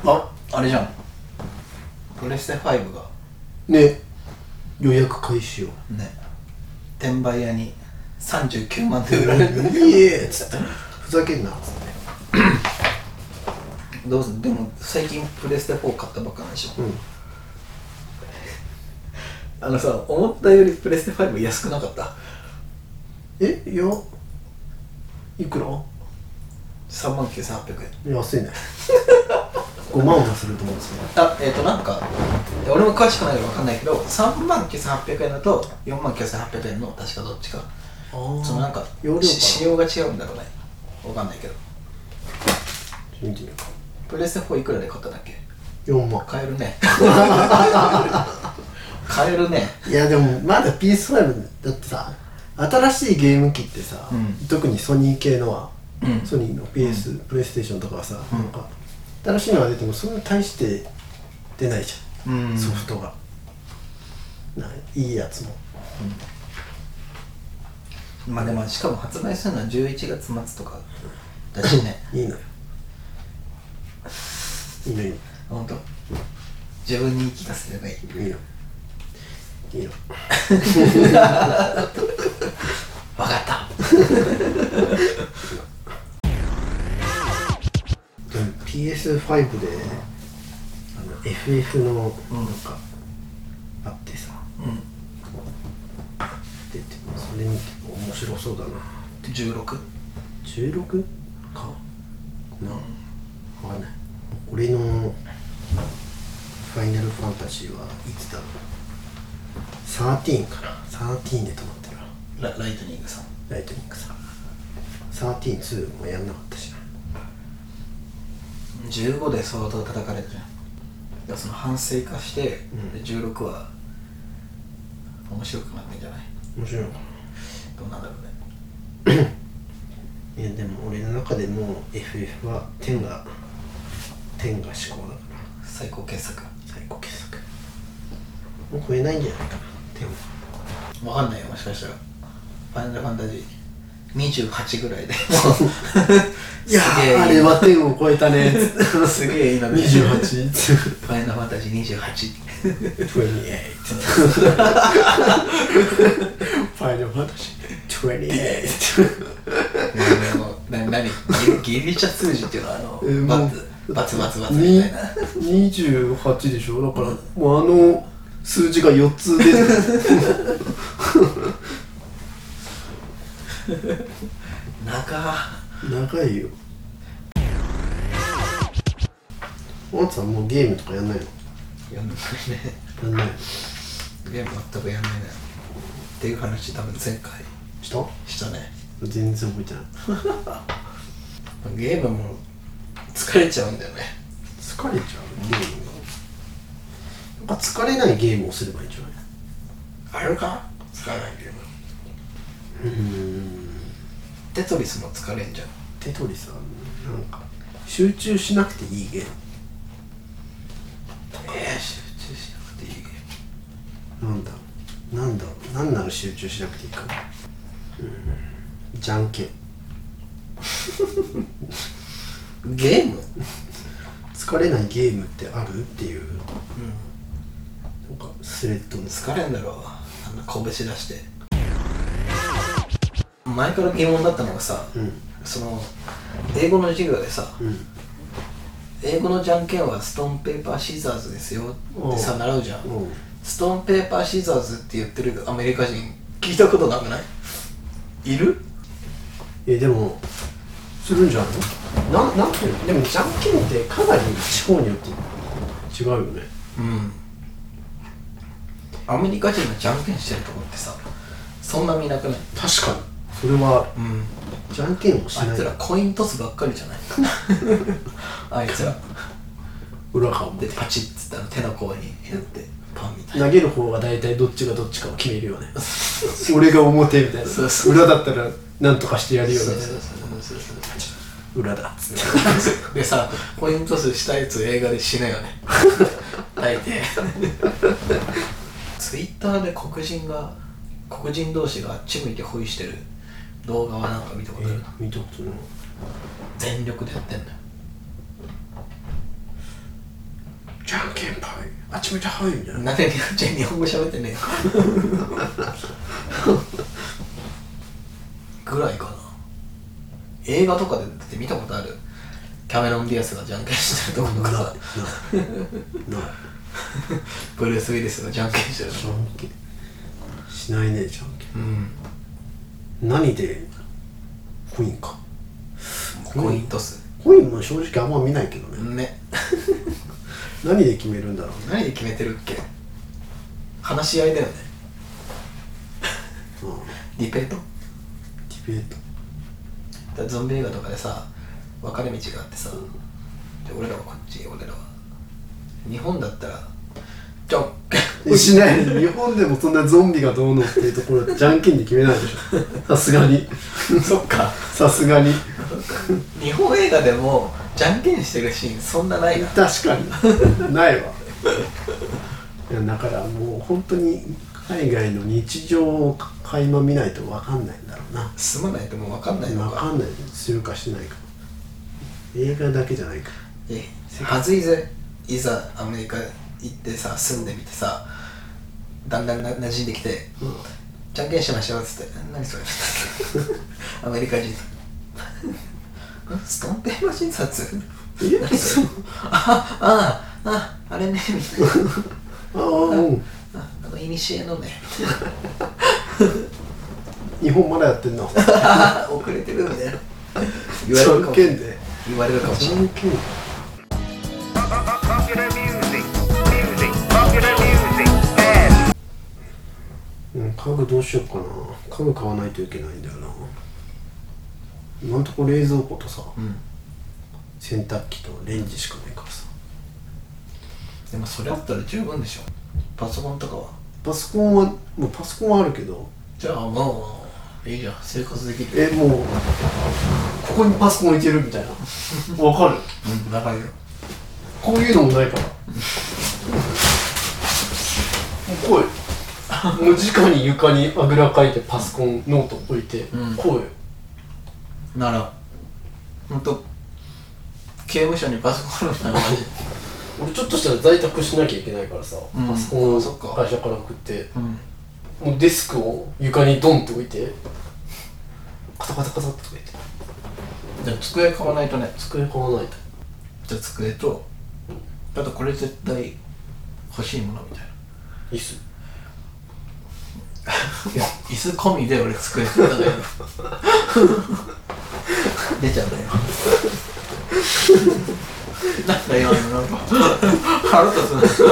あれじゃん、プレステ5がね、予約開始よね、転売屋に39万で売られるいえっつってふざけんなっつってどうすんでも最近プレステ4買ったばっかなんでしょ、あのさ、思ったよりプレステ5安くなかった？ いやいくら 39,800円。 安いね5万はすると思うんですけどなんか俺も詳しくないから分かんないけど、39,800円だと49,800円の確かどっちか、そのなんか容量かな仕様が違うんだろうね、分かんないけど。 見てみようか。 プレステ4いくらで買ったんだっけ 4万。 買えるね買えるね。 いやでもまだ PS5 だってさ、新しいゲーム機ってさ、特にソニー系のは、ソニーの PS、プレイステーションとかはさ、なんか新しいのが出てもそんな大して出ないじゃん、ソフトがいいやつも、 まあでもしかも発売するのは11月末とかだしねいいのよいいのいいの本当、自分に言い聞かせればいい。 いいのいいの分かったでも PS5 でFF のなんかあってさ、でそれ見て面白そうだな。 16？ 16かな、わかんない。俺のファイナルファンタジーはいつだろう、13かな。13で止まってるわ。 ライトニングさん。 ライトニングさん13-2もやんなかったしな。 15で相当叩かれたじゃん。だからその反省化して、で16は面白くなってんじゃない？ 面白いのかどうなんだろうねいやでも俺の中でも FF は10が至高だから、 最高傑作。 最高傑作。もう超えないんじゃないかな10は。 分かんないよ、もしかしたらファイナルファンタジー28ぐらいでいやーあれは10を超えたねすげえいいのね 28 ファイナルファンタジー28 28ファイナルファンタジー28 何ギリシャ数字っていうのはバツみたいな 28でしょ。だからもう数字が4つ出てる長いよ。おんさんもうゲームとかやんないの？ やんないね。 やんないの？ ゲーム全くやんないねっていう話多分前回したね。 全然覚えてないゲームも疲れちゃうんだよね。 疲れちゃうゲームが。なんか疲れないゲームをすればいいんじゃない？ あるか？疲れないゲーム。テトリスも疲れんじゃん。 テトリスはなんか集中しなくていいゲーム。 集中しなくていいゲームなんだろう何なら集中しなくていいかな。じゃんけんゲーム？ 疲れないゲームってあるっていう、なんかスレッドの疲れんだろう、あんな拳出して。前から疑問だったのがさ、その英語の授業でさ、英語のじゃんけんはストーンペーパーシザーズですよってさ習うじゃん。ストーンペーパーシザーズって言ってるアメリカ人聞いたことなくない？いる？ でもするんじゃないの？なんていうの？でもじゃんけんってかなり地方によって違うよね。 アメリカ人がじゃんけんしてるとこってさ、そんな見なくない？ 確かにそれは、じゃんけんをしない。 あいつらコイントスばっかりじゃないあいつら裏側もでパチッつって手の甲にやってパンみたいな。 投げる方が大体どっちがどっちかを決めるよね俺が表みたいな。裏だったらなんとかしてやるよみたいな。裏だっつってでさ、コイントスしたやつ映画で死ぬよね大抵ツイッターで黒人同士があっち向いてホイしてる動画はなんか見たことある？ 見たことない。 全力でやってんだよ。 あちめちゃはいみたいな。 なんでじゃあ日本語喋ってねえよぐらいかな。映画とかでって見たことある？キャメロン・ディアスがじゃんけんしてるとことかさブルース・ウィリスがじゃんけんしてるじゃんけんしないね。じゃんけん、何でコインか。 コイントス。 コインも正直あんま見ないけどね。何で決めるんだろうね。 何で決めてるっけ？話し合いだよね。ディベート。だゾンビ映画とかでさ、分かれ道があってさ、で俺らはこっち、俺らは日本だったらじゃんけんしない。日本でもそんなゾンビがどうのっていうところじゃんけんで決めないでしょ。さすがにそっか、 さすがに日本映画でもじゃんけんしてるシーンそんなないな。 確かにないわ。いやだからもう本当に海外の日常を垣間見ないと分かんないんだろうな。 住まないともう分かんないのか。 分かんない。するかしないか。映画だけじゃないか。 はずいぜ。いざアメリカ行ってさ、住んでみてさ、だんだん馴染んできて、じゃんけんしましょうっつって、何それアメリカ人ストンペーパー診察何それあれねみたいなイニシエのね日本まだやってんの遅れてるみたいな言われるかもしれない。 家具どうしようかな。家具買わないといけないんだよな。今んとこ冷蔵庫とさ、洗濯機とレンジしかないからさ。 でもそれあったら十分でしょ。パソコンとかは？ パソコンはあるけど。 じゃあもういいじゃん、生活できる。 もうここにパソコン置いてるみたいなわかる？ 長いよ。 こういうのもないからもうこうもう直に床にあぐらかいてパソコンノート置いて、こうよ。 ならほんと刑務所にパソコンの中で俺ちょっとしたら在宅しなきゃいけないからさ、パソコンを会社から送って、もうデスクを床にドンって置いてカタカタカタって置いて。 じゃあ机買わないとね。 机買わないと。 じゃあ机と、あとこれ絶対欲しいものみたいな。 椅子。 いや椅子込みで俺机買ったんだけど出ちゃうんだよなんだ今のなんか腹立つね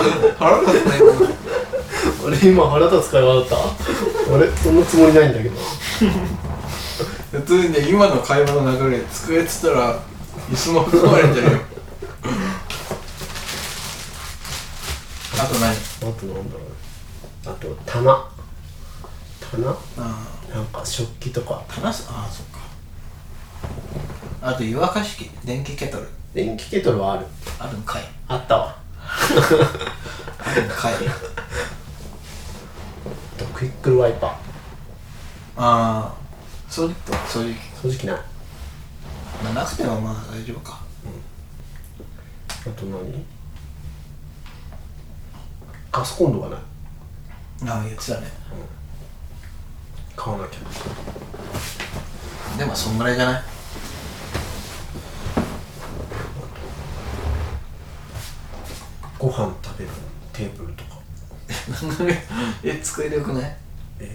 俺今腹立つ会話だった。俺そんなつもりないんだけど普通にね、今の会話の流れで机っつったら椅子も含まれてるよあと何？ あとなんだろう。あと棚なんか食器とか棚そっか。あと湯沸かし器、電気ケトルはあるんかい。 あったわあるんかいクイックルワイパー。 掃除機ない。 なくてもまあ大丈夫か。 あと何？ガスコンロがない。 言ってたね。 買わなきゃ。 でもそんぐらいじゃない？ ご飯食べるテーブルとか机でよくない？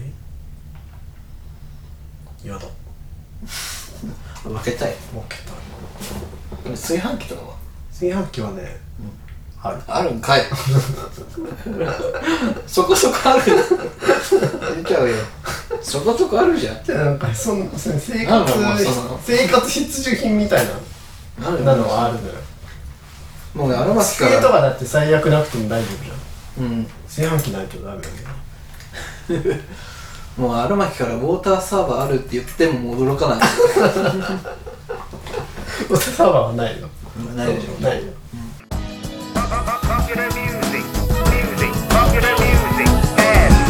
やだ。 分けたい。炊飯器とかは？ 炊飯器はね、 あるんかいそこそこある出ちゃうよ。そこそこあるじゃん。 じゃあなんか生活必需品みたいなのはあるのよ。 もうね、荒牧から机とかだって最悪なくても大丈夫じゃん。炊飯器ないとダメだけどもう荒牧からウォーターサーバーあるって言っても驚かないウォーターサーバーはないよ。 ないでしょ。 ないよ。